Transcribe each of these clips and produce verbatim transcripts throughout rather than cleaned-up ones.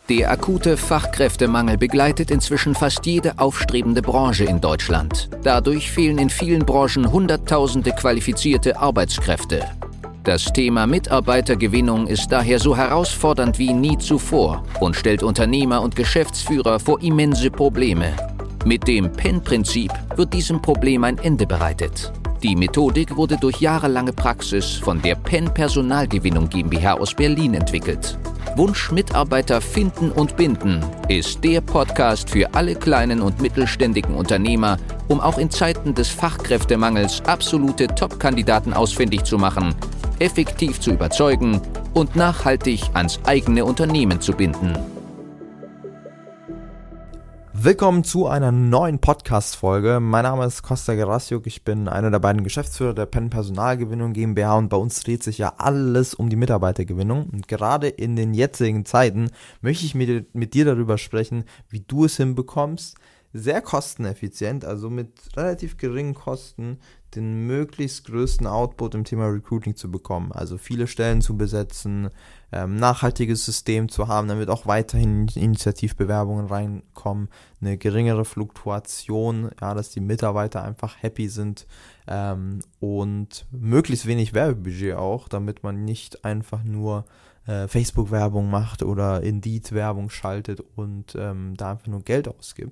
Der akute Fachkräftemangel begleitet inzwischen fast jede aufstrebende Branche in Deutschland. Dadurch fehlen in vielen Branchen Hunderttausende qualifizierte Arbeitskräfte. Das Thema Mitarbeitergewinnung ist daher so herausfordernd wie nie zuvor und stellt Unternehmer und Geschäftsführer vor immense Probleme. Mit dem P E N-Prinzip wird diesem Problem ein Ende bereitet. Die Methodik wurde durch jahrelange Praxis von der P E N Personalgewinnung GmbH aus Berlin entwickelt. Wunsch Mitarbeiter finden und binden ist der Podcast für alle kleinen und mittelständigen Unternehmer, um auch in Zeiten des Fachkräftemangels absolute Top-Kandidaten ausfindig zu machen, effektiv zu überzeugen und nachhaltig ans eigene Unternehmen zu binden. Willkommen zu einer neuen Podcast-Folge. Mein Name ist Costa Gerasiuk, ich bin einer der beiden Geschäftsführer der P E N Personalgewinnung GmbH und bei uns dreht sich ja alles um die Mitarbeitergewinnung. Und gerade in den jetzigen Zeiten möchte ich mit, mit dir darüber sprechen, wie du es hinbekommst, sehr kosteneffizient, also mit relativ geringen Kosten, den möglichst größten Output im Thema Recruiting zu bekommen. Also viele Stellen zu besetzen, ähm, nachhaltiges System zu haben, damit auch weiterhin Initiativbewerbungen reinkommen, eine geringere Fluktuation, ja, dass die Mitarbeiter einfach happy sind ähm, und möglichst wenig Werbebudget auch, damit man nicht einfach nur äh, Facebook-Werbung macht oder Indeed-Werbung schaltet und ähm, da einfach nur Geld ausgibt.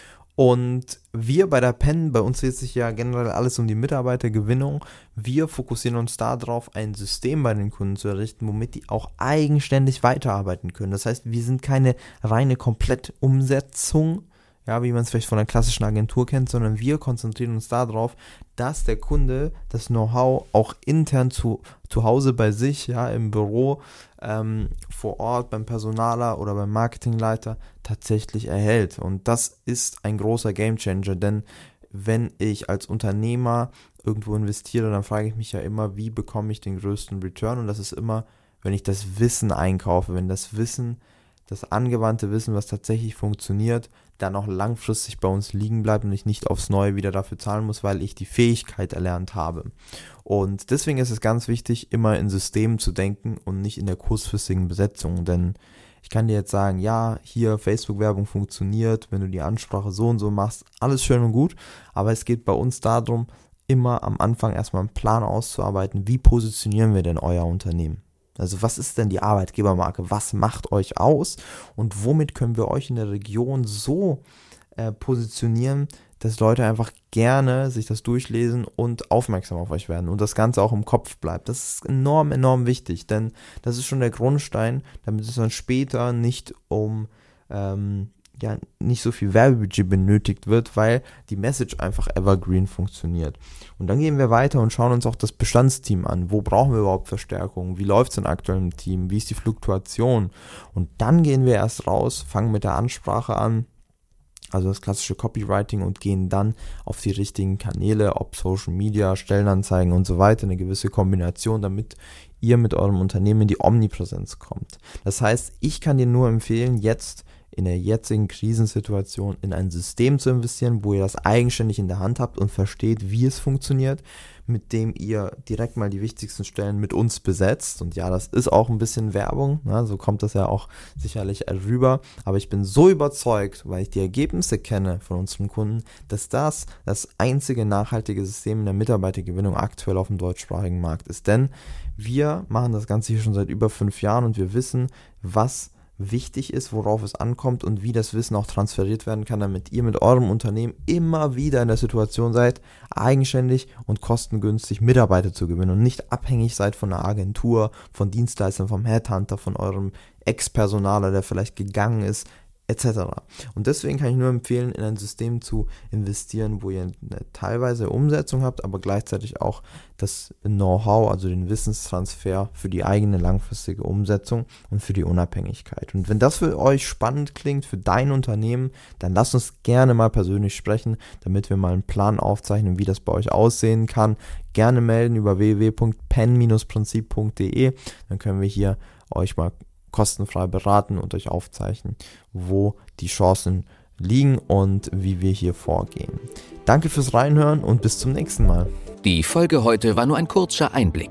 Und wir bei der P E N, bei uns dreht sich ja generell alles um die Mitarbeitergewinnung. Wir fokussieren uns darauf, ein System bei den Kunden zu errichten, womit die auch eigenständig weiterarbeiten können. Das heißt, wir sind keine reine Komplettumsetzung, ja, wie man es vielleicht von einer klassischen Agentur kennt, sondern wir konzentrieren uns darauf, dass der Kunde das Know-how auch intern zu, zu Hause bei sich, ja, im Büro, ähm, vor Ort, beim Personaler oder beim Marketingleiter tatsächlich erhält. Und das ist ein großer Gamechanger, denn wenn ich als Unternehmer irgendwo investiere, dann frage ich mich ja immer, wie bekomme ich den größten Return? Und das ist immer, wenn ich das Wissen einkaufe, wenn das Wissen, das angewandte Wissen, was tatsächlich funktioniert, dann auch langfristig bei uns liegen bleibt und ich nicht aufs Neue wieder dafür zahlen muss, weil ich die Fähigkeit erlernt habe. Und deswegen ist es ganz wichtig, immer in Systemen zu denken und nicht in der kurzfristigen Besetzung, denn ich kann dir jetzt sagen, ja, hier Facebook-Werbung funktioniert, wenn du die Ansprache so und so machst, alles schön und gut, aber es geht bei uns darum, immer am Anfang erstmal einen Plan auszuarbeiten, wie positionieren wir denn euer Unternehmen? Also was ist denn die Arbeitgebermarke? Was macht euch aus? Und womit können wir euch in der Region so äh, positionieren, dass Leute einfach gerne sich das durchlesen und aufmerksam auf euch werden und das Ganze auch im Kopf bleibt. Das ist enorm, enorm wichtig, denn das ist schon der Grundstein, damit es dann später nicht um ähm, ja nicht so viel Werbebudget benötigt wird, weil die Message einfach evergreen funktioniert. Und dann gehen wir weiter und schauen uns auch das Bestandsteam an. Wo brauchen wir überhaupt Verstärkung? Wie läuft es denn aktuell im Team? Wie ist die Fluktuation? Und dann gehen wir erst raus, fangen mit der Ansprache an, also das klassische Copywriting, und gehen dann auf die richtigen Kanäle, ob Social Media, Stellenanzeigen und so weiter, eine gewisse Kombination, damit ihr mit eurem Unternehmen in die Omnipräsenz kommt. Das heißt, ich kann dir nur empfehlen, jetzt in der jetzigen Krisensituation in ein System zu investieren, wo ihr das eigenständig in der Hand habt und versteht, wie es funktioniert, mit dem ihr direkt mal die wichtigsten Stellen mit uns besetzt. Und ja, das ist auch ein bisschen Werbung, ne? So kommt das ja auch sicherlich rüber. Aber ich bin so überzeugt, weil ich die Ergebnisse kenne von unseren Kunden, dass das das einzige nachhaltige System in der Mitarbeitergewinnung aktuell auf dem deutschsprachigen Markt ist. Denn wir machen das Ganze hier schon seit über fünf Jahren und wir wissen, was wichtig ist, worauf es ankommt und wie das Wissen auch transferiert werden kann, damit ihr mit eurem Unternehmen immer wieder in der Situation seid, eigenständig und kostengünstig Mitarbeiter zu gewinnen und nicht abhängig seid von einer Agentur, von Dienstleistern, vom Headhunter, von eurem Ex-Personaler, der vielleicht gegangen ist, et cetera. Und deswegen kann ich nur empfehlen, in ein System zu investieren, wo ihr eine teilweise Umsetzung habt, aber gleichzeitig auch das Know-how, also den Wissenstransfer für die eigene langfristige Umsetzung und für die Unabhängigkeit. Und wenn das für euch spannend klingt, für dein Unternehmen, dann lasst uns gerne mal persönlich sprechen, damit wir mal einen Plan aufzeichnen, wie das bei euch aussehen kann. Gerne melden über w w w punkt pen Bindestrich prinzip punkt d e, dann können wir hier euch mal kostenfrei beraten und euch aufzeichnen, wo die Chancen liegen und wie wir hier vorgehen. Danke fürs Reinhören und bis zum nächsten Mal. Die Folge heute war nur ein kurzer Einblick.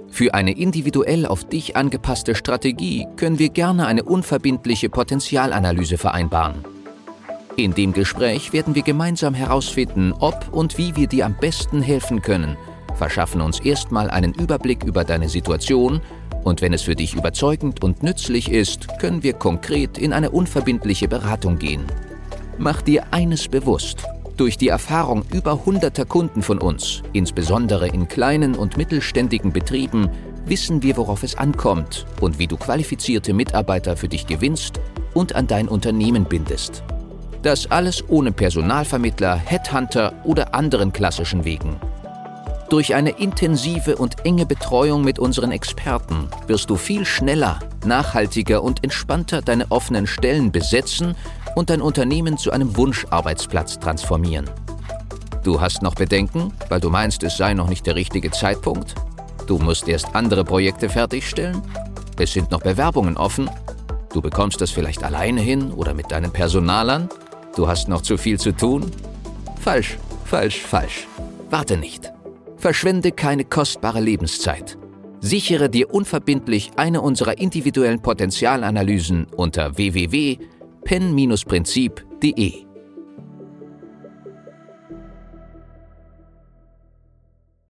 Für eine individuell auf dich angepasste Strategie können wir gerne eine unverbindliche Potenzialanalyse vereinbaren. In dem Gespräch werden wir gemeinsam herausfinden, ob und wie wir dir am besten helfen können, verschaffen uns erstmal einen Überblick über deine Situation und wenn es für dich überzeugend und nützlich ist, können wir konkret in eine unverbindliche Beratung gehen. Mach dir eines bewusst: Durch die Erfahrung über hunderter Kunden von uns, insbesondere in kleinen und mittelständigen Betrieben, wissen wir, worauf es ankommt und wie du qualifizierte Mitarbeiter für dich gewinnst und an dein Unternehmen bindest. Das alles ohne Personalvermittler, Headhunter oder anderen klassischen Wegen. Durch eine intensive und enge Betreuung mit unseren Experten wirst du viel schneller, nachhaltiger und entspannter deine offenen Stellen besetzen und dein Unternehmen zu einem Wunscharbeitsplatz transformieren. Du hast noch Bedenken, weil du meinst, es sei noch nicht der richtige Zeitpunkt? Du musst erst andere Projekte fertigstellen? Es sind noch Bewerbungen offen? Du bekommst das vielleicht alleine hin oder mit deinen Personalern? Du hast noch zu viel zu tun? Falsch, falsch, falsch. Warte nicht. Verschwende keine kostbare Lebenszeit. Sichere dir unverbindlich eine unserer individuellen Potenzialanalysen unter w w w punkt pen Bindestrich prinzip punkt de.